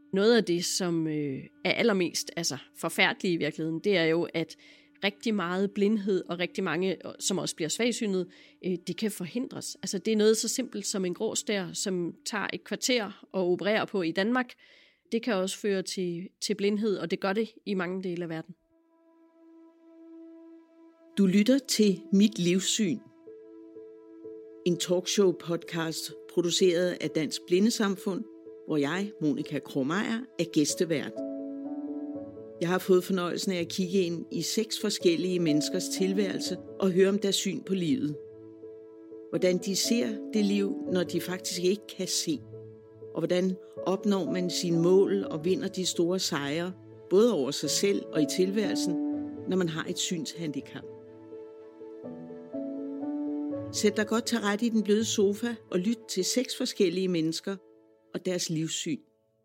Noget af det, som er allermest forfærdeligt i virkeligheden, det er jo, at rigtig meget blindhed og rigtig mange, som også bliver svagsynede, det kan forhindres. Altså det er noget så simpelt som en grå stær, som tager et kvarter at operere på i Danmark. Det kan også føre til blindhed, og det gør det i mange dele af verden. Du lytter til Mit Livssyn. En talkshow-podcast produceret af Dansk Blindesamfund, hvor jeg, Monika Krog-Meyer, er gæstevært. Jeg har fået fornøjelsen af at kigge ind i 6 forskellige menneskers tilværelse og høre om deres syn på livet. Hvordan de ser det liv, når de faktisk ikke kan se. Og hvordan opnår man sine mål og vinder de store sejre, både over sig selv og i tilværelsen, når man har et synshandicap. Sæt dig godt til rette i den bløde sofa og lyt til 6 forskellige mennesker og deres livssyn.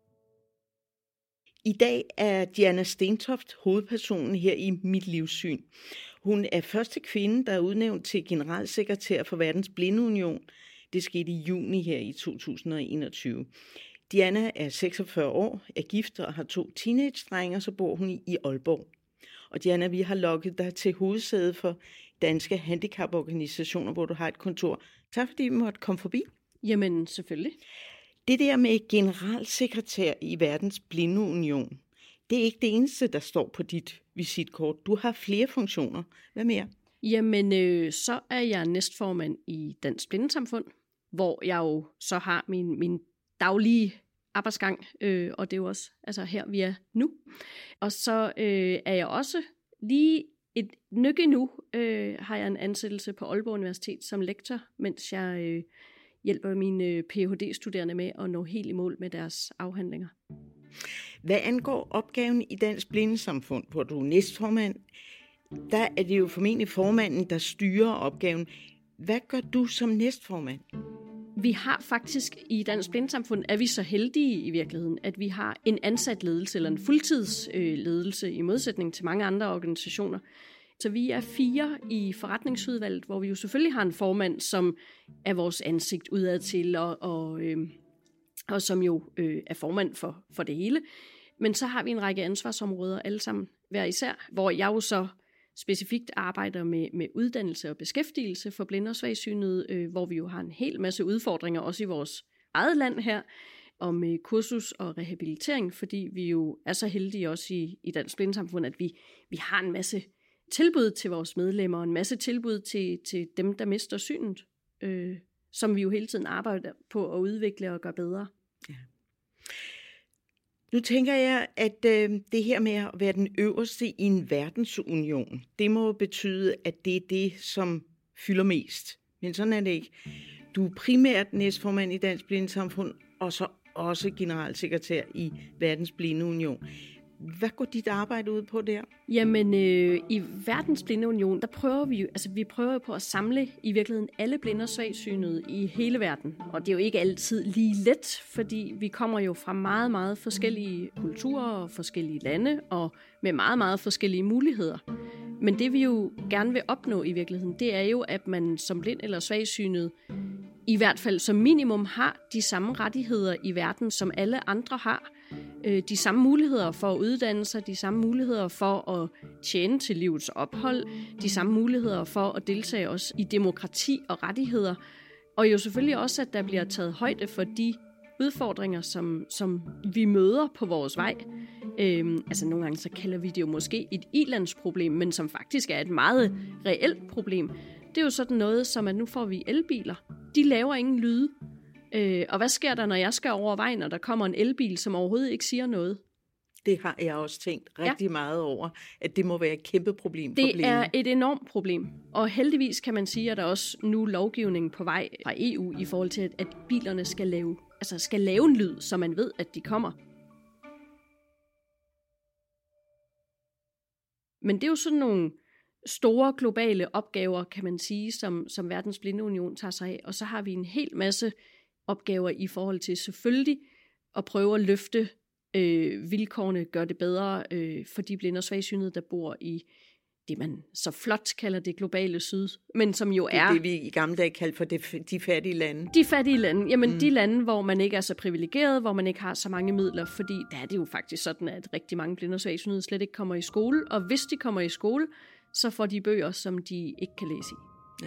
I dag er Diana Stentoft hovedpersonen her i Mit Livssyn. Hun er første kvinde, der er udnævnt til generalsekretær for Verdens Blindeunion. Det skete i juni her i 2021. Diana er 46 år, er gift og har 2 teenage-drenge, og så bor hun i Aalborg. Og Diana, vi har lokket dig til hovedsædet for Danske Handicaporganisationer, hvor du har et kontor. Tak fordi vi måtte komme forbi. Jamen, selvfølgelig. Det der med generalsekretær i Verdens Blindeunion, det er ikke det eneste, der står på dit visitkort. Du har flere funktioner. Hvad mere? Jamen, så er jeg næstformand i Dansk Blindesamfund, hvor jeg jo så har min daglige arbejdsgang, og det er jo også her, vi er nu. Og så er jeg også lige et nykke nu, har jeg en ansættelse på Aalborg Universitet som lektor, mens jeg hjælper mine Ph.D.-studerende med at nå helt i mål med deres afhandlinger. Hvad angår opgaven i Dansk Blindesamfund, hvor du er næstformand, der er det jo formentlig formanden, der styrer opgaven. Hvad gør du som næstformand? Vi har faktisk i Dansk Blindesamfund, er vi så heldige i virkeligheden, at vi har en ansat ledelse eller en fuldtidsledelse i modsætning til mange andre organisationer. Så vi er 4 i forretningsudvalget, hvor vi jo selvfølgelig har en formand, som er vores ansigt udadtil og som jo er formand for det hele. Men så har vi en række ansvarsområder alle sammen hver især, hvor jeg jo så specifikt arbejder med uddannelse og beskæftigelse for blinde og svagsynede, hvor vi jo har en hel masse udfordringer, også i vores eget land her, om kursus og rehabilitering, fordi vi jo er så heldige også i Dansk Blindesamfund, at vi har en masse tilbud til vores medlemmer, og en masse tilbud til dem, der mister synet, som vi jo hele tiden arbejder på at udvikle og gøre bedre. Ja. Nu tænker jeg, at det her med at være den øverste i en verdensunion, det må betyde, at det er det, som fylder mest. Men sådan er det ikke. Du er primært næstformand i Dansk Blindesamfund, og så også generalsekretær i Verdens Blindeunion. Hvad går dit arbejde ud på der? Jamen, i Verdens Blindeunion, der prøver vi jo, vi prøver på at samle i virkeligheden alle blinde og svagsynede i hele verden. Og det er jo ikke altid lige let, fordi vi kommer jo fra meget, meget forskellige kulturer og forskellige lande, og med meget, meget forskellige muligheder. Men det vi jo gerne vil opnå i virkeligheden, det er jo, at man som blind eller svagsynet i hvert fald som minimum har de samme rettigheder i verden, som alle andre har. De samme muligheder for at uddanne sig, de samme muligheder for at tjene til livets ophold, de samme muligheder for at deltage også i demokrati og rettigheder. Og jo selvfølgelig også, at der bliver taget højde for de udfordringer, som vi møder på vores vej. Nogle gange så kalder vi det jo måske et ilandsproblem, men som faktisk er et meget reelt problem. Det er jo sådan noget som, at nu får vi elbiler. De laver ingen lyde. Og hvad sker der, når jeg skal over vejen, og der kommer en elbil, som overhovedet ikke siger noget? Det har jeg også tænkt rigtig meget over, at det må være et kæmpe problem for blinde. Det er et enormt problem. Og heldigvis kan man sige, at der er også nu lovgivning på vej fra EU i forhold til, at bilerne skal lave en lyd, så man ved, at de kommer. Men det er jo sådan nogle store globale opgaver, kan man sige, som Verdens Blindeunion tager sig af. Og så har vi en hel masse opgaver i forhold til selvfølgelig at prøve at løfte vilkårene, gøre det bedre for de blinde og svagsynede, der bor det, man så flot kalder det globale syd, men som jo er det, vi i gamle dage kaldte for de fattige lande. De fattige lande, jamen de lande, hvor man ikke er så privilegeret, hvor man ikke har så mange midler, fordi der er det jo faktisk sådan, at rigtig mange blinde og svagsynede slet ikke kommer i skole, og hvis de kommer i skole, så får de bøger, som de ikke kan læse i. Ja.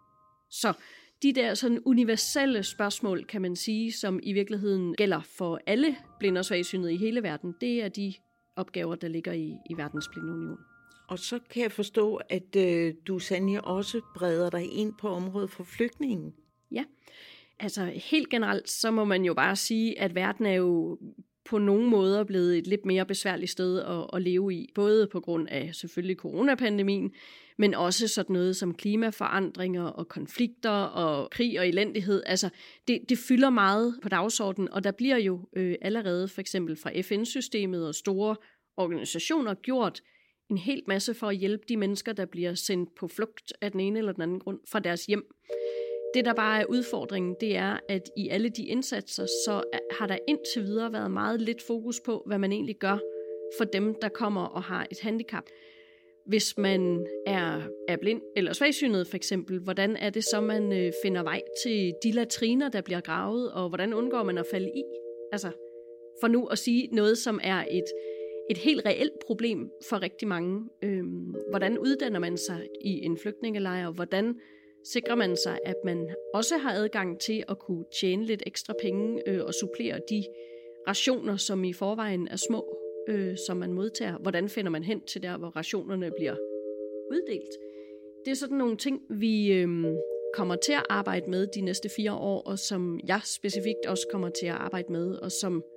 Så de der sådan universelle spørgsmål, kan man sige, som i virkeligheden gælder for alle blinde og svagsynede i hele verden, det er de opgaver, der ligger i Verdens Blindeunion. Og så kan jeg forstå, at du, Sanja, også breder dig ind på området for flygtninge. Ja, altså helt generelt, så må man jo bare sige, at verden er jo på nogle måder blevet et lidt mere besværligt sted at leve i. Både på grund af selvfølgelig coronapandemien, men også sådan noget som klimaforandringer og konflikter og krig og elendighed. Altså det fylder meget på dagsordenen, og der bliver jo allerede for eksempel fra FN-systemet og store organisationer gjort en hel masse for at hjælpe de mennesker, der bliver sendt på flugt af den ene eller den anden grund fra deres hjem. Det, der bare er udfordringen, det er, at i alle de indsatser, så har der indtil videre været meget lidt fokus på, hvad man egentlig gør for dem, der kommer og har et handicap. Hvis man er blind eller svagsynet for eksempel, hvordan er det så, man finder vej til de latriner, der bliver gravet, og hvordan undgår man at falde i? Altså, for nu at sige noget, som er et helt reelt problem for rigtig mange. Hvordan uddanner man sig i en flygtningelejr? Hvordan sikrer man sig, at man også har adgang til at kunne tjene lidt ekstra penge og supplere de rationer, som i forvejen er små, som man modtager? Hvordan finder man hen til der, hvor rationerne bliver uddelt? Det er sådan nogle ting, vi kommer til at arbejde med de næste 4 år, og som jeg specifikt også kommer til at arbejde med, og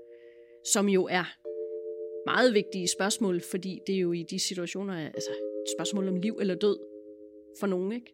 som jo er meget vigtige spørgsmål, fordi det er jo i de situationer altså et spørgsmål om liv eller død for nogen, ikke?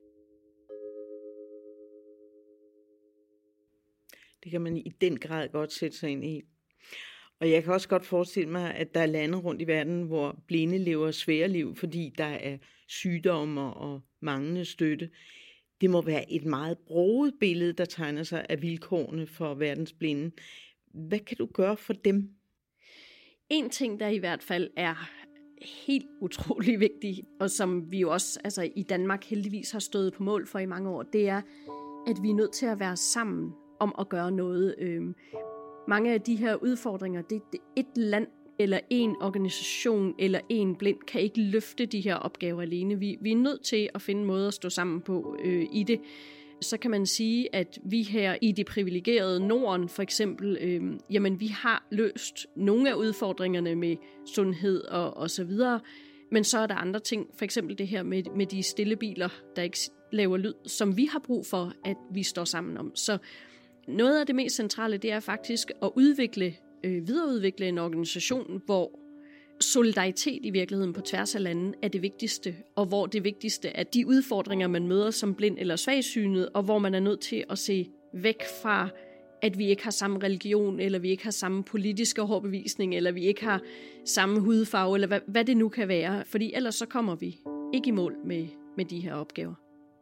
Det kan man i den grad godt sætte sig ind i. Og jeg kan også godt forestille mig, at der er lande rundt i verden, hvor blinde lever svære liv, fordi der er sygdomme og manglende støtte. Det må være et meget broget billede, der tegner sig af vilkårene for verdens blinde. Hvad kan du gøre for dem? En ting, der i hvert fald er helt utrolig vigtig, og som vi jo også altså i Danmark heldigvis har stået på mål for i mange år, det er, at vi er nødt til at være sammen om at gøre noget. Mange af de her udfordringer, det et land eller en organisation eller en blind kan ikke løfte de her opgaver alene. Vi er nødt til at finde måder at stå sammen på i det. Så kan man sige, at vi her i det privilegerede Norden for eksempel, jamen vi har løst nogle af udfordringerne med sundhed og så videre, men så er der andre ting, for eksempel det her med de stille biler, der ikke laver lyd, som vi har brug for, at vi står sammen om. Så noget af det mest centrale, det er faktisk at videreudvikle en organisation, hvor solidaritet i virkeligheden på tværs af lande er det vigtigste, og hvor det vigtigste er de udfordringer, man møder som blind eller svagsynet, og hvor man er nødt til at se væk fra, at vi ikke har samme religion, eller vi ikke har samme politiske overbevisning, eller vi ikke har samme hudfarve, eller hvad det nu kan være, fordi ellers så kommer vi ikke i mål med de her opgaver.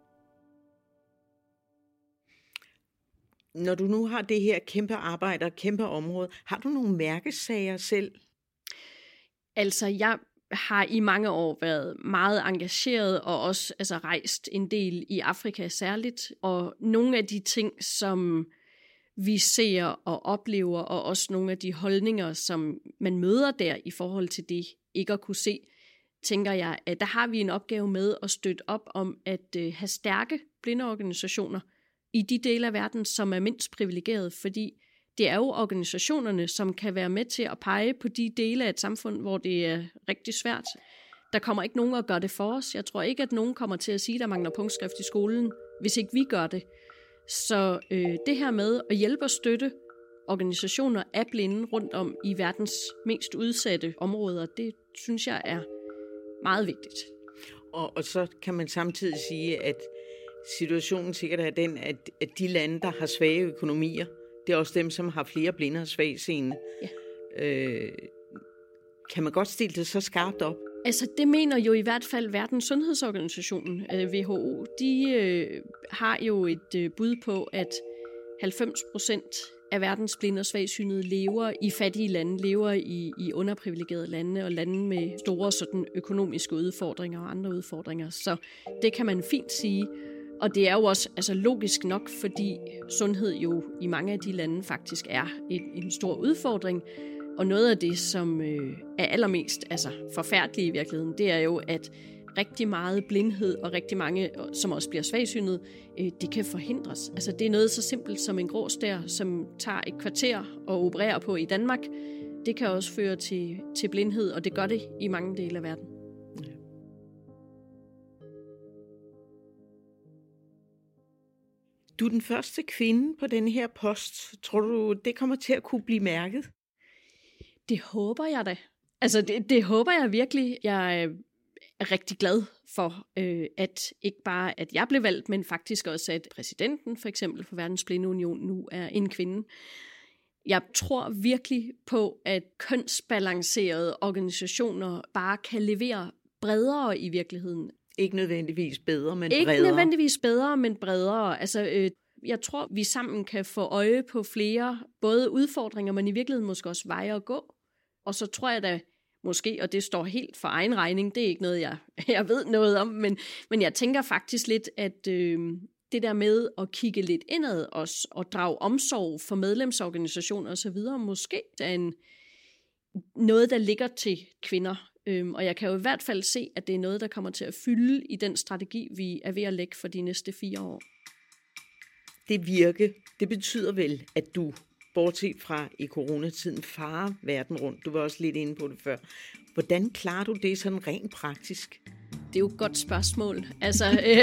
Når du nu har det her kæmpe arbejde og kæmpe område, har du nogle mærkesager selv? Altså, jeg har i mange år været meget engageret og også rejst en del i Afrika særligt. Og nogle af de ting, som vi ser og oplever, og også nogle af de holdninger, som man møder der i forhold til det ikke at kunne se, tænker jeg, at der har vi en opgave med at støtte op om at have stærke blindeorganisationer i de dele af verden, som er mindst privilegeret, fordi det er jo organisationerne, som kan være med til at pege på de dele af et samfund, hvor det er rigtig svært. Der kommer ikke nogen at gøre det for os. Jeg tror ikke, at nogen kommer til at sige, at der mangler punktskrift i skolen, hvis ikke vi gør det. Så det her med at hjælpe og støtte organisationer af blinde rundt om i verdens mest udsatte områder, det synes jeg er meget vigtigt. Og så kan man samtidig sige, at situationen sikkert er den, at de lande, der har svage økonomier, det er også dem, som har flere blinde og svagtseende. Ja. Kan man godt stille det så skarpt op? Altså, det mener jo i hvert fald Verdens Sundhedsorganisationen, WHO. De har jo et bud på, at 90% af verdens blinde og svagsynede lever i fattige lande, lever i underprivilegerede lande og lande med store sådan, økonomiske udfordringer og andre udfordringer. Så det kan man fint sige. Og det er jo også logisk nok, fordi sundhed jo i mange af de lande faktisk er en stor udfordring. Og noget af det, som er allermest forfærdeligt i virkeligheden, det er jo, at rigtig meget blindhed og rigtig mange, som også bliver svagsynede, det kan forhindres. Altså det er noget så simpelt som en grå stær, som tager et kvarter at operere på i Danmark. Det kan også føre til blindhed, og det gør det i mange dele af verden. Ja. Du er den første kvinde på denne her post. Tror du, det kommer til at kunne blive mærket? Det håber jeg da. Altså det håber jeg virkelig. Jeg er rigtig glad for, at ikke bare at jeg blev valgt, men faktisk også at præsidenten for eksempel for Verdens Blinde Union nu er en kvinde. Jeg tror virkelig på, at kønsbalancerede organisationer bare kan levere bredere i virkeligheden. Ikke nødvendigvis bedre, men bredere. Ikke nødvendigvis bedre, men bredere. Altså, jeg tror, vi sammen kan få øje på flere både udfordringer, men i virkeligheden måske også veje at gå. Og så tror jeg da måske, og det står helt for egen regning, det er ikke noget, jeg ved noget om, men jeg tænker faktisk lidt, at det der med at kigge lidt indad også, og drage omsorg for medlemsorganisationer osv., måske er noget, der ligger til kvinder. Og jeg kan jo i hvert fald se, at det er noget, der kommer til at fylde i den strategi, vi er ved at lægge for de næste 4 år. Det virke, det betyder vel, at du, bortset fra i coronatiden, farer verden rundt. Du var også lidt inde på det før. Hvordan klarer du det sådan rent praktisk? Det er jo et godt spørgsmål. Altså,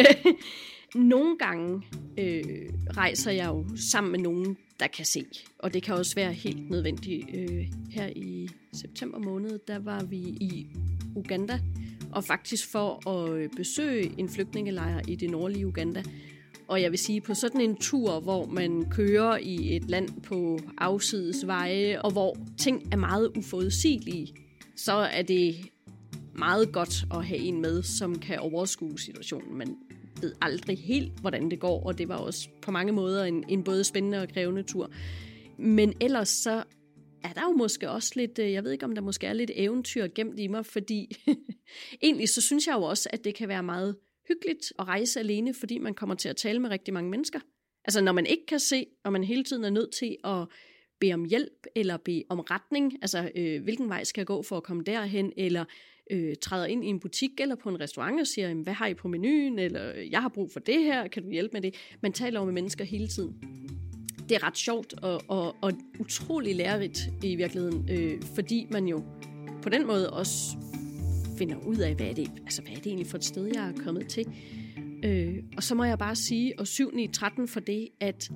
nogle gange rejser jeg jo sammen med nogen, der kan se. Og det kan også være helt nødvendigt. Her i september måned, der var vi i Uganda. Og faktisk for at besøge en flygtningelejr i det nordlige Uganda. Og jeg vil sige, på sådan en tur, hvor man kører i et land på afsides veje, og hvor ting er meget uforudsigelige, så er det meget godt at have en med, som kan overskue situationen. Man ved aldrig helt, hvordan det går, og det var også på mange måder en både spændende og krævende tur. Men ellers så er der jo måske også lidt, jeg ved ikke om der måske er lidt eventyr gemt i mig, fordi egentlig så synes jeg jo også, at det kan være meget hyggeligt at rejse alene, fordi man kommer til at tale med rigtig mange mennesker. Altså når man ikke kan se, og man hele tiden er nødt til at bede om hjælp, eller bede om retning, altså hvilken vej skal jeg gå for at komme derhen, eller træder ind i en butik eller på en restaurant og siger, hvad har I på menuen, eller jeg har brug for det her, kan du hjælpe med det? Man taler jo med mennesker hele tiden. Det er ret sjovt og utrolig lærerigt i virkeligheden, fordi man jo på den måde også finder ud af, hvad er det egentlig for et sted, jeg er kommet til. Og så må jeg bare sige, og 7-9-13 for det, at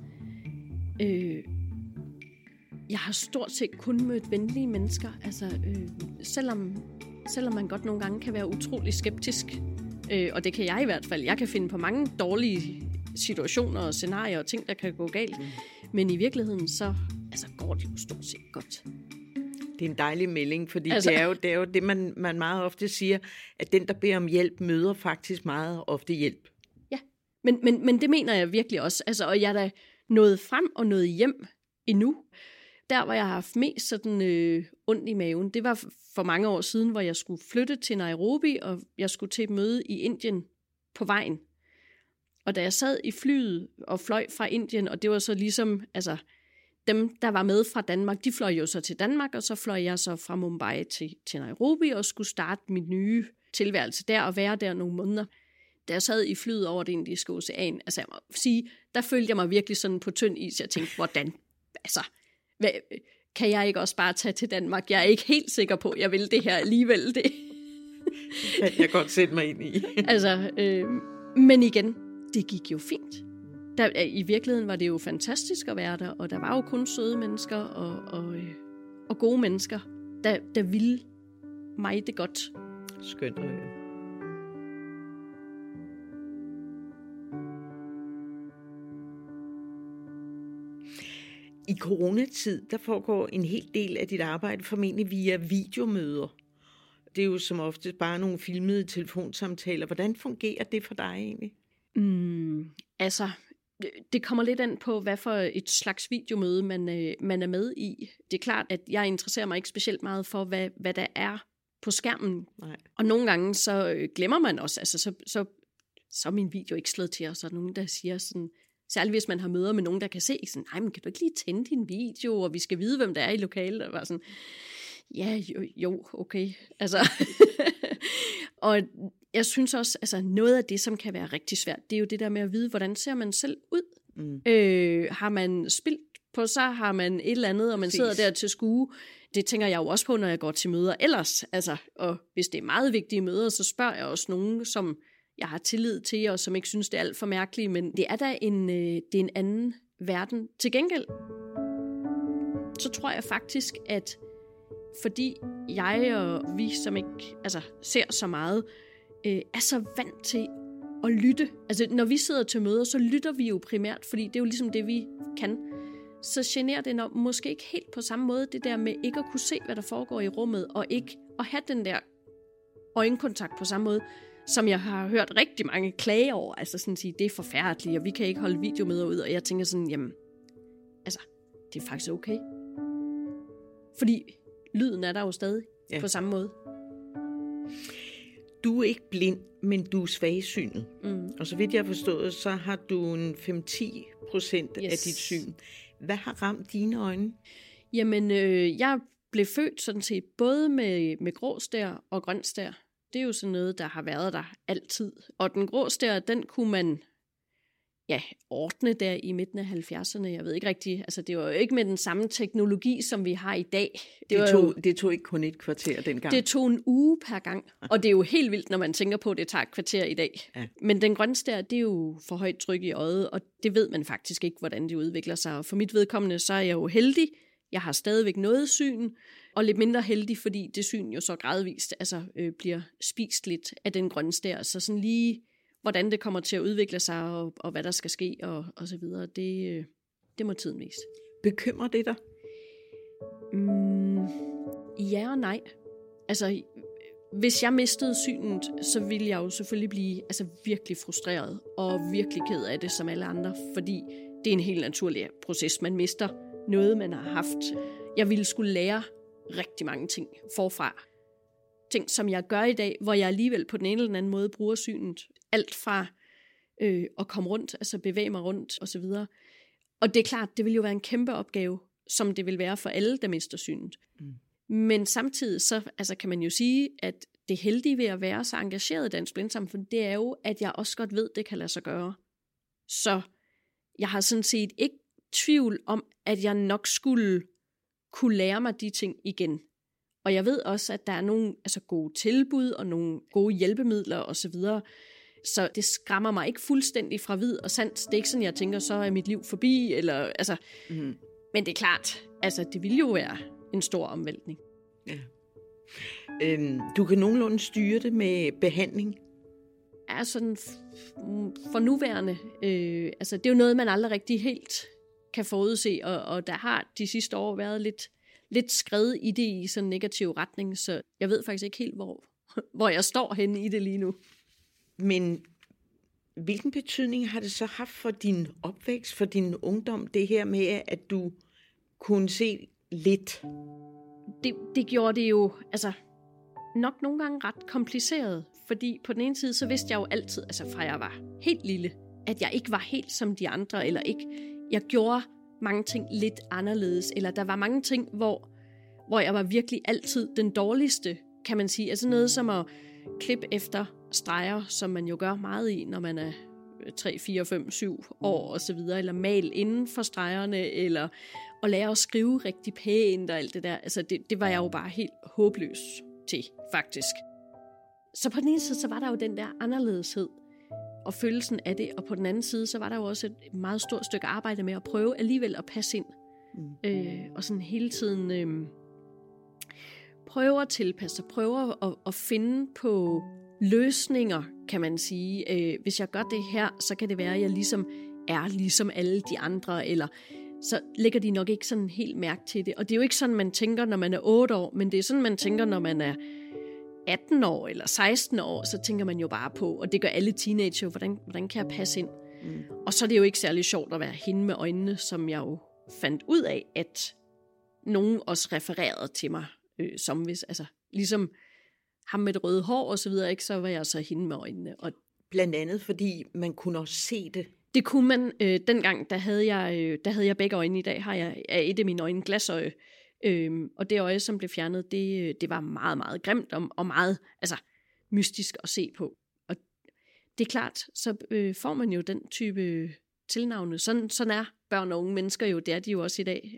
jeg har stort set kun mødt venlige mennesker. Altså, selvom man godt nogle gange kan være utrolig skeptisk, og det kan jeg i hvert fald. Jeg kan finde på mange dårlige situationer og scenarier og ting, der kan gå galt. Men i virkeligheden, så går det jo stort set godt. Det er en dejlig melding, fordi det er jo det, man meget ofte siger, at den, der beder om hjælp, møder faktisk meget ofte hjælp. Ja, men det mener jeg virkelig også. Altså, og jeg er da nået frem og nået hjem endnu. Der, hvor jeg har haft mest sådan ondt i maven, det var for mange år siden, hvor jeg skulle flytte til Nairobi, og jeg skulle til et møde i Indien på vejen. Og da jeg sad i flyet og fløj fra Indien, og det var så ligesom, altså dem, der var med fra Danmark, de fløj jo så til Danmark, og så fløj jeg så fra Mumbai til Nairobi og skulle starte min nye tilværelse der og være der nogle måneder. Da jeg sad i flyet over det Indiske Ocean, altså jeg må sige, der følte jeg mig virkelig sådan på tynd is. Jeg tænkte, hvordan? Altså, kan jeg ikke også bare tage til Danmark? Jeg er ikke helt sikker på, at jeg vil det her alligevel. Det kan jeg godt sætte mig ind i. Men igen, det gik jo fint. I virkeligheden var det jo fantastisk at være der, og der var jo kun søde mennesker og gode mennesker, der ville mig det godt. Skønt at høre. I coronatid, der foregår en hel del af dit arbejde formentlig via videomøder. Det er jo som ofte bare nogle filmede telefonsamtaler. Hvordan fungerer det for dig egentlig? Det kommer lidt an på, hvad for et slags videomøde man er med i. Det er klart, at jeg interesserer mig ikke specielt meget for, hvad der er på skærmen. Nej. Og nogle gange så glemmer man også, altså så er min video ikke slået til, og så er nogen, der siger sådan, særligt hvis man har møder med nogen, der kan se, sådan, nej, men kan du ikke lige tænde din video, og vi skal vide, hvem der er i lokalet, og bare sådan, ja, jo, okay. Altså, og jeg synes også, altså noget af det, som kan være rigtig svært, det er jo det der med at vide, hvordan ser man selv ud? Har man spildt på sig, har man et eller andet, og man sidder der til skue. Det tænker jeg jo også på, når jeg går til møder ellers. Altså, og hvis det er meget vigtige møder, så spørger jeg også nogen, som jeg har tillid til, og som ikke synes, det er alt for mærkeligt, men det er da en anden verden. Til gengæld, så tror jeg faktisk, at fordi jeg og vi, som ikke ser så meget, er så vant til at lytte. Altså, når vi sidder til møder, så lytter vi jo primært, fordi det er jo ligesom det, vi kan. Så generer det måske ikke helt på samme måde, det der med ikke at kunne se, hvad der foregår i rummet, og ikke at have den der øjenkontakt på samme måde, som jeg har hørt rigtig mange klage over. Altså sådan at sige, det er forfærdeligt, og vi kan ikke holde videomøder ud, og jeg tænker sådan, jamen, altså, det er faktisk okay. Fordi lyden er der jo stadig på samme måde. Du er ikke blind, men du er svagsynet. Og så vidt jeg har forstået, så har du en 5-10% af dit syn. Hvad har ramt dine øjne? Jamen, jeg blev født sådan set både med grå stær og grøn stær. Det er jo sådan noget, der har været der altid. Og den grå stær, den kunne man ordne der i midten af 70'erne. Jeg ved ikke rigtigt, altså det var jo ikke med den samme teknologi, som vi har i dag. Det tog ikke kun et kvarter dengang. Det tog en uge per gang, og det er jo helt vildt, når man tænker på, at det tager et kvarter i dag. Ja. Men den grønne stær, det er jo for højt tryk i øjet, og det ved man faktisk ikke, hvordan det udvikler sig. Og for mit vedkommende, så er jeg jo heldig. Jeg har stadigvæk noget syn, og lidt mindre heldig, fordi det syn jo så gradvist bliver spist lidt af den grønne stær. Så sådan lige hvordan det kommer til at udvikle sig, og hvad der skal ske, og så videre, det må tiden vise. Bekymrer det dig? Ja og nej. Altså, hvis jeg mistede synet, så ville jeg jo selvfølgelig blive virkelig frustreret, og virkelig ked af det, som alle andre, fordi det er en helt naturlig proces. Man mister noget, man har haft. Jeg ville skulle lære rigtig mange ting forfra. Ting, som jeg gør i dag, hvor jeg alligevel på den ene eller anden måde bruger synet. Alt fra at komme rundt, altså bevæge mig rundt osv. Og det er klart, det vil jo være en kæmpe opgave, som det vil være for alle, der mister synet. Men samtidig så kan man jo sige, at det heldige ved at være så engageret i Dansk Blindesamfund, det er jo, at jeg også godt ved, det kan lade sig gøre. Så jeg har sådan set ikke tvivl om, at jeg nok skulle kunne lære mig de ting igen. Og jeg ved også, at der er nogle gode tilbud og nogle gode hjælpemidler osv., så det skræmmer mig ikke fuldstændig fra vid og sans. Det er ikke sådan, jeg tænker, så er mit liv forbi. Men det er klart, det vil jo være en stor omvæltning. Ja. Du kan nogenlunde styre det med behandling? Ja, sådan for nuværende. Det er jo noget, man aldrig rigtig helt kan forudse, og der har de sidste år været lidt skred i det i sådan en negativ retning, så jeg ved faktisk ikke helt, hvor jeg står henne i det lige nu. Men hvilken betydning har det så haft for din opvækst, for din ungdom, det her med, at du kunne se lidt? Det gjorde det jo nok nogle gange ret kompliceret, fordi på den ene side, så vidste jeg jo altid, fra jeg var helt lille, at jeg ikke var helt som de andre, eller ikke. Jeg gjorde mange ting lidt anderledes, eller der var mange ting, hvor jeg var virkelig altid den dårligste, kan man sige. Altså noget som at klippe efter streger, som man jo gør meget i, når man er 3, 4, 5, 7 år og så videre, eller mal inden for stregerne, eller at lære at skrive rigtig pænt og alt det der. Det var jeg jo bare helt håbløs til, faktisk. Så på den ene side, så var der jo den der anderledeshed og følelsen af det, og på den anden side, så var der jo også et meget stort stykke arbejde med at prøve alligevel at passe ind. Og sådan hele tiden prøve at tilpasse sig, prøve at finde på løsninger, kan man sige. Hvis jeg gør det her, så kan det være, at jeg er ligesom alle de andre, eller så lægger de nok ikke sådan helt mærke til det. Og det er jo ikke sådan, man tænker, når man er 8 år, men det er sådan, man tænker, når man er 18 år eller 16 år, så tænker man jo bare på, og det gør alle teenager, hvordan kan jeg passe ind? Og så er det jo ikke særlig sjovt at være hende med øjnene, som jeg jo fandt ud af, at nogen også refererede til mig, som hvis, altså ligesom ham med det røde hår og så videre, ikke, så var jeg så hende med øjnene. Og blandt andet, fordi man kunne også se det. Det kunne man. Dengang, der havde jeg begge øjne. I dag har jeg et af mine øjne glasøje. Og det øje, som blev fjernet, det var meget, meget grimt og meget mystisk at se på. Og det er klart, så får man jo den type tilnavne. Sådan er børn og unge mennesker jo, det er de jo også i dag.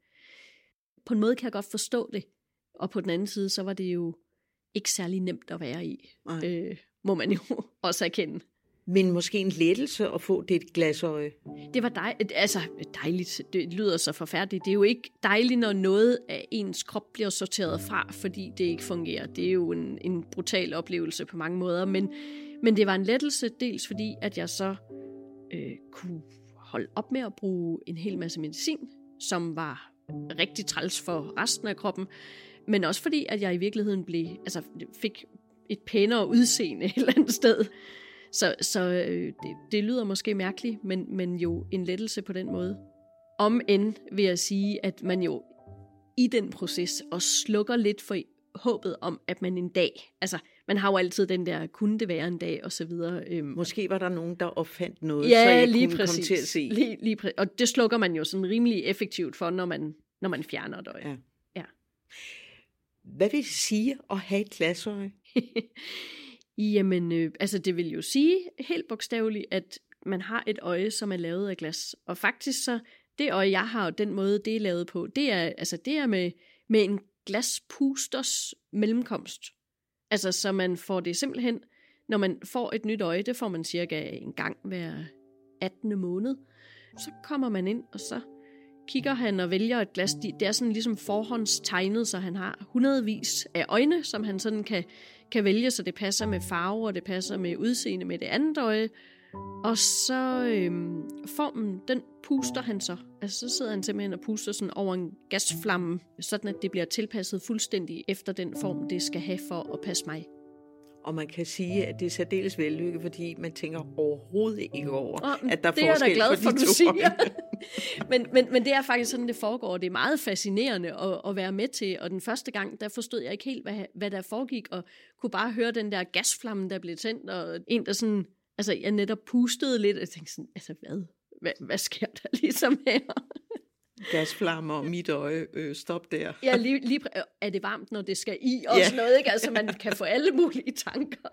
På en måde kan jeg godt forstå det. Og på den anden side, så var det jo ikke særlig nemt at være i. Må man jo også erkende. Men måske en lettelse at få det glasøje. Det var dejligt. Det lyder så forfærdeligt. Det er jo ikke dejligt, når noget af ens krop bliver sorteret fra, fordi det ikke fungerer. Det er jo en brutal oplevelse på mange måder. Men det var en lettelse, dels fordi, at jeg så kunne holde op med at bruge en hel masse medicin, som var rigtig træls for resten af kroppen. Men også fordi, at jeg i virkeligheden fik et pænere udseende et eller andet sted. Så det lyder måske mærkeligt, men jo en lettelse på den måde. Om end vil jeg sige, at man jo i den proces også slukker lidt for håbet om, at man en dag, man har jo altid den der, kunne det være en dag, og så videre. Måske var der nogen, der opfandt noget, ja, så jeg lige kunne præcis. komme til at se. Og det slukker man jo sådan rimelig effektivt for, når man fjerner et øje. Ja. Hvad vil det sige at have et glasøje? Jamen, det vil jo sige helt bogstaveligt, at man har et øje, som er lavet af glas. Og faktisk så, det øje, jeg har, den måde, det er lavet på, det er med en glaspusters mellemkomst. Så man får det simpelthen, når man får et nyt øje, det får man cirka en gang hver 18. måned. Så kommer man ind, og så kigger han og vælger et glas. Det er sådan ligesom forhåndstegnet, så han har hundredvis af øjne, som han sådan kan vælge, så det passer med farve, og det passer med udseende med det andet øje. Og så formen, den puster han så. Så sidder han simpelthen og puster sådan over en gasflamme, sådan at det bliver tilpasset fuldstændig efter den form, det skal have for at passe mig. Og man kan sige, at det er særdeles vellykket, fordi man tænker overhovedet ikke over, at der er forskel på de to. Det er jeg da glad for, du siger. men det er faktisk sådan, det foregår. Det er meget fascinerende at være med til. Og den første gang, der forstod jeg ikke helt, hvad der foregik, og kunne bare høre den der gasflamme, der blev tændt, og en, der sådan, jeg netop pustede lidt, og jeg tænkte sådan, hvad sker der ligesom her? Gasflammer og mit øje, stop der. Ja, lige er det varmt, når det skal i, og sådan noget, ikke? Man kan få alle mulige tanker.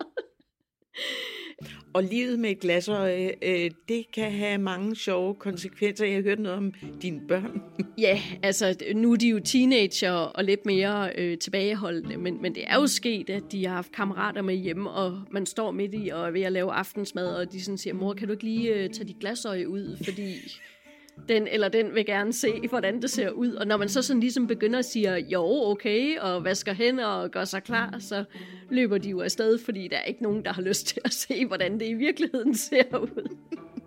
Og livet med et glasøje, det kan have mange sjove konsekvenser. Jeg har hørt noget om dine børn. Ja, nu er de jo teenager og lidt mere tilbageholdende, men det er jo sket, at de har haft kammerater med hjemme, og man står midt i og er ved at lave aftensmad, og de sådan siger, mor, kan du ikke lige tage dit glasøje ud, fordi den eller den vil gerne se, hvordan det ser ud. Og når man så sådan ligesom begynder at sige, jo, okay, og vasker hænder og gør sig klar, så løber de jo afsted, fordi der er ikke nogen, der har lyst til at se, hvordan det i virkeligheden ser ud.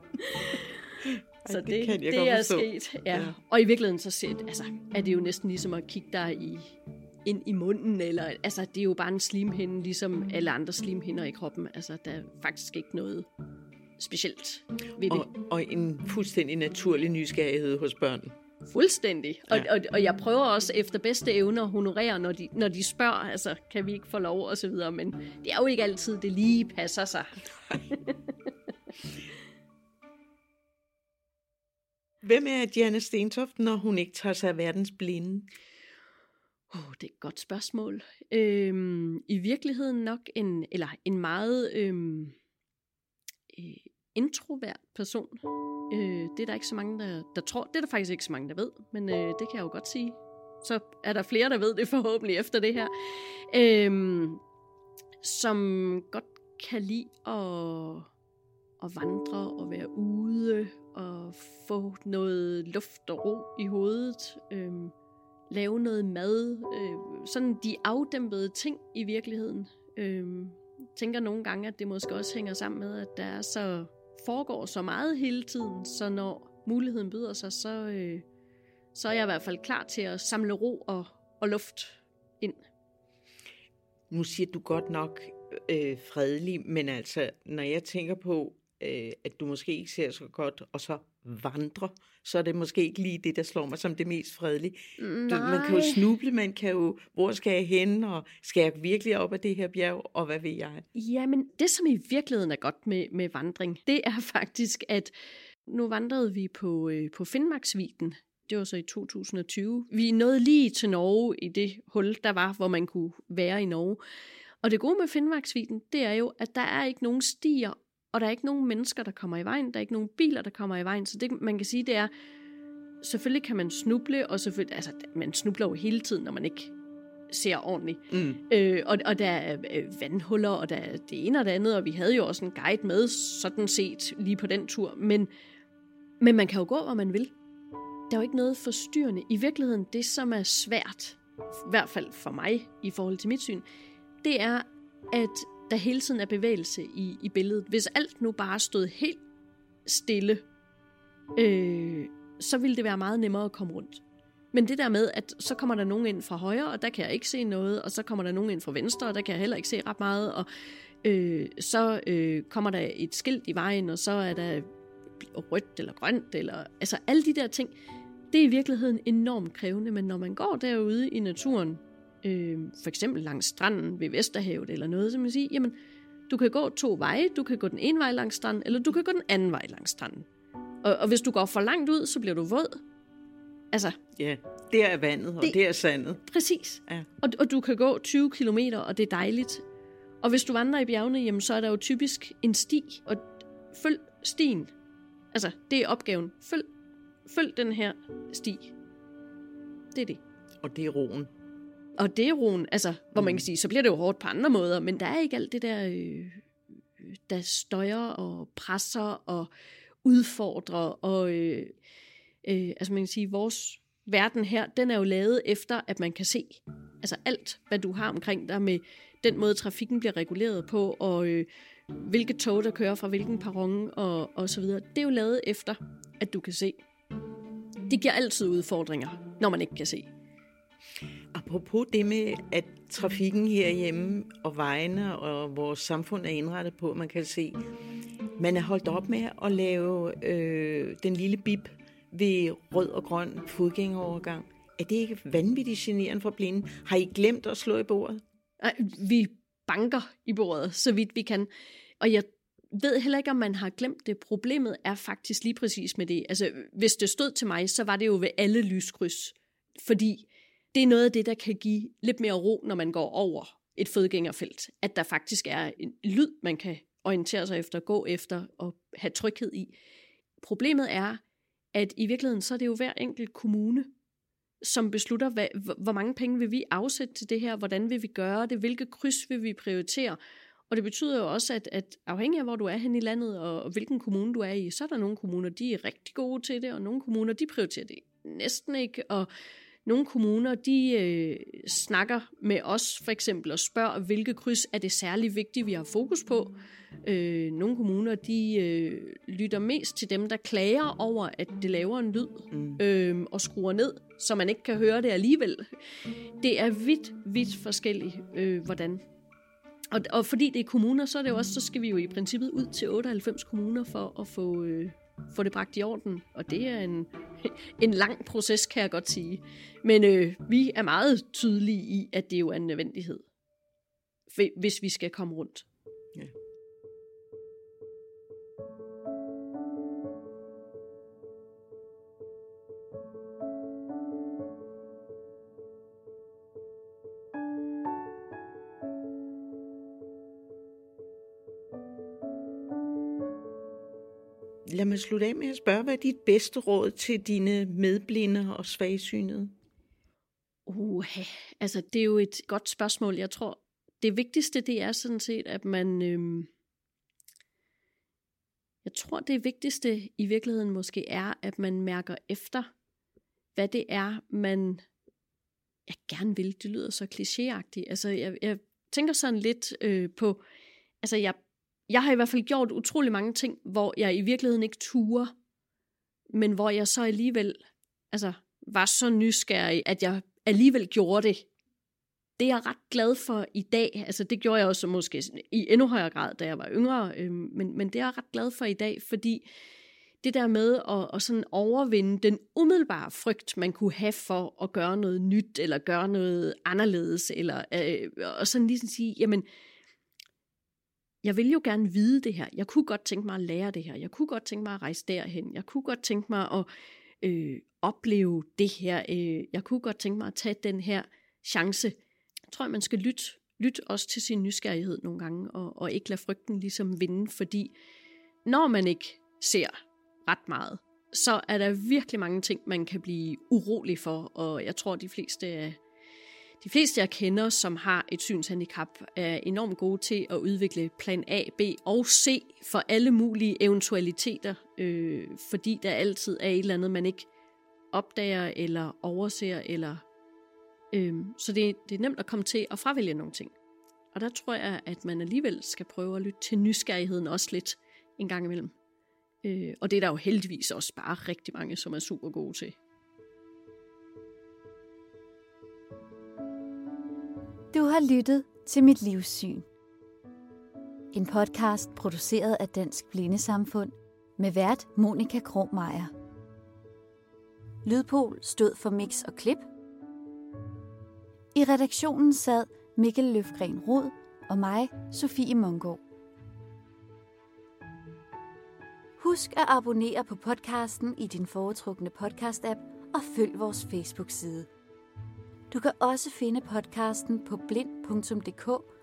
Så det er sket. Ja. Og i virkeligheden så er det jo næsten ligesom at kigge der ind i munden, eller det er jo bare en slimhinde, ligesom alle andre slimhinder i kroppen. Der er faktisk ikke noget specielt ved det. Og en fuldstændig naturlig nysgerrighed hos børn. Fuldstændig. Ja. Og jeg prøver også efter bedste evne at honorere, når de spørger, kan vi ikke få lov, og så videre. Men det er jo ikke altid, det lige passer sig. Hvem er Diana Stentoft, når hun ikke tager sig af verdens blinde? Det er et godt spørgsmål. I virkeligheden nok en meget introvert person. Det er der ikke så mange, der tror. Det er der faktisk ikke så mange, der ved, men det kan jeg jo godt sige. Så er der flere, der ved det forhåbentlig efter det her. Som godt kan lide at vandre og være ude og få noget luft og ro i hovedet. Lave noget mad. Sådan de afdæmpede ting i virkeligheden. Tænker nogle gange, at det måske også hænger sammen med, at der foregår så meget hele tiden, så når muligheden byder sig, så er jeg i hvert fald klar til at samle ro og luft ind. Nu siger du godt nok fredelig, men når jeg tænker på, at du måske ikke ser så godt, og så vandre, så er det måske ikke lige det, der slår mig som det mest fredelige. Man kan jo snuble, man kan jo, hvor skal jeg hen, og skal jeg virkelig op ad det her bjerg, og hvad ved jeg? Jamen, det som i virkeligheden er godt med vandring, det er faktisk, at nu vandrede vi på Finnmarksvidden. Det var så i 2020. Vi nåede lige til Norge i det hul, der var, hvor man kunne være i Norge. Og det gode med Finnmarksvidden, det er jo, at der er ikke nogen stier, og der er ikke nogen mennesker, der kommer i vejen. Der er ikke nogen biler, der kommer i vejen. Så det, man kan sige, det er, selvfølgelig kan man snuble, og selvfølgelig, altså man snubler jo hele tiden, når man ikke ser ordentligt. Og der er vandhuller, og der er det ene og det andet, og vi havde jo også en guide med, sådan set, lige på den tur. Men man kan jo gå, hvor man vil. Der er jo ikke noget forstyrrende. I virkeligheden, det som er svært, i hvert fald for mig, i forhold til mit syn, det er, at der hele tiden er bevægelse i billedet. Hvis alt nu bare stod helt stille, så ville det være meget nemmere at komme rundt. Men det der med, at så kommer der nogen ind fra højre, og der kan jeg ikke se noget, og så kommer der nogen ind fra venstre, og der kan jeg heller ikke se ret meget, og så kommer der et skilt i vejen, og så er der rødt eller grønt, eller altså alle de der ting, det er i virkeligheden enormt krævende, men når man går derude i naturen, for eksempel langs stranden ved Vesterhavet eller noget, så man siger, jamen, du kan gå 2 veje, du kan gå den ene vej langs stranden, eller du kan gå den anden vej langs stranden. Og hvis du går for langt ud, så bliver du våd. Altså. Ja, det er vandet, og det er sandet. Præcis. Ja. Og du kan gå 20 kilometer, og det er dejligt. Og hvis du vandrer i bjergene, jamen, så er der jo typisk en sti, og følg stien. Altså, det er opgaven. Følg den her sti. Det er det. Og det er roen. Og det er roen, altså, hvor man kan sige, så bliver det jo hårdt på andre måder, men der er ikke alt det der, der støjer og presser og udfordrer, og altså man kan sige, vores verden her, den er jo lavet efter, at man kan se, altså alt, hvad du har omkring dig med den måde, trafikken bliver reguleret på, og hvilke tog, der kører fra hvilken perron, og så videre. Det er jo lavet efter, at du kan se. Det giver altid udfordringer, når man ikke kan se. Apropos det med, at trafikken herhjemme og vejene og vores samfund er indrettet på, man kan se, man er holdt op med at lave den lille bip ved rød og grøn fodgængerovergang. Er det ikke vanvittigt generende for blinde? Har I glemt at slå i bordet? Vi banker i bordet, så vidt vi kan. Og jeg ved heller ikke, om man har glemt det. Problemet er faktisk lige præcis med det. Altså, hvis det stod til mig, så var det jo ved alle lyskryds. Fordi det er noget af det, der kan give lidt mere ro, når man går over et fodgængerfelt. At der faktisk er en lyd, man kan orientere sig efter, gå efter og have tryghed i. Problemet er, at i virkeligheden så er det jo hver enkelt kommune, som beslutter, hvor mange penge vil vi afsætte til det her, hvordan vil vi gøre det, hvilke kryds vil vi prioritere. Og det betyder jo også, at afhængig af, hvor du er hen i landet, og hvilken kommune du er i, så er der nogle kommuner, de er rigtig gode til det, og nogle kommuner, de prioriterer det næsten ikke, og nogle kommuner, de snakker med os for eksempel og spørger, hvilke kryds er det særlig vigtigt, vi har fokus på. Nogle kommuner, de lytter mest til dem, der klager over, at det laver en lyd og skruer ned, så man ikke kan høre det alligevel. Det er vidt forskelligt, hvordan. Og fordi det er kommuner, så er det jo også, så skal vi jo i princippet ud til 98 kommuner for at få det bragt i orden. Og det er en lang proces, kan jeg godt sige. Men vi er meget tydelige i, at det jo er en nødvendighed, hvis vi skal komme rundt. Ja. Lad mig slutte af med at spørge, hvad er dit bedste råd til dine medblinde og svagsynede? Altså det er jo et godt spørgsmål. Jeg tror, det vigtigste, det er sådan set, at man... Jeg tror, det vigtigste i virkeligheden måske er, at man mærker efter, hvad det er, man gerne vil. Det lyder så klichéagtigt. Altså jeg tænker sådan lidt på... Altså jeg har i hvert fald gjort utrolig mange ting, hvor jeg i virkeligheden ikke turde, men hvor jeg så alligevel var så nysgerrig, at jeg alligevel gjorde det. det er jeg ret glad for i dag. Altså det gjorde jeg også måske i endnu højere grad, da jeg var yngre. Men det er jeg ret glad for i dag, fordi det der med at sådan overvinde den umiddelbare frygt, man kunne have for at gøre noget nyt, eller gøre noget anderledes, eller og sådan ligesom sige, jamen, jeg vil jo gerne vide det her. Jeg kunne godt tænke mig at lære det her. Jeg kunne godt tænke mig at rejse derhen. Jeg kunne godt tænke mig at opleve det her. Jeg kunne godt tænke mig at tage den her chance. Jeg tror, man skal lytte også til sin nysgerrighed nogle gange, og ikke lade frygten ligesom vinde, fordi når man ikke ser ret meget, så er der virkelig mange ting, man kan blive urolig for, og jeg tror, de fleste jeg kender, som har et synshandicap, er enormt gode til at udvikle plan A, B og C for alle mulige eventualiteter, fordi der altid er et eller andet, man ikke opdager eller overser, eller så det er nemt at komme til at fravælge nogle ting. Og der tror jeg, at man alligevel skal prøve at lytte til nysgerrigheden også lidt en gang imellem. Og det er der jo heldigvis også bare rigtig mange, som er super gode til. Du har lyttet til Mit Livssyn. En podcast produceret af Dansk Blindesamfund med vært Monica Krog-Meyer. Lydpol stod for mix og klip. I redaktionen sad Mikkel Løfgren Rod og mig, Sofie Munggaard. Husk at abonnere på podcasten i din foretrukne podcast-app og følg vores Facebook-side. Du kan også finde podcasten på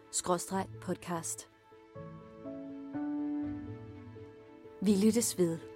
blind.dk/podcast. Vi lyttes ved.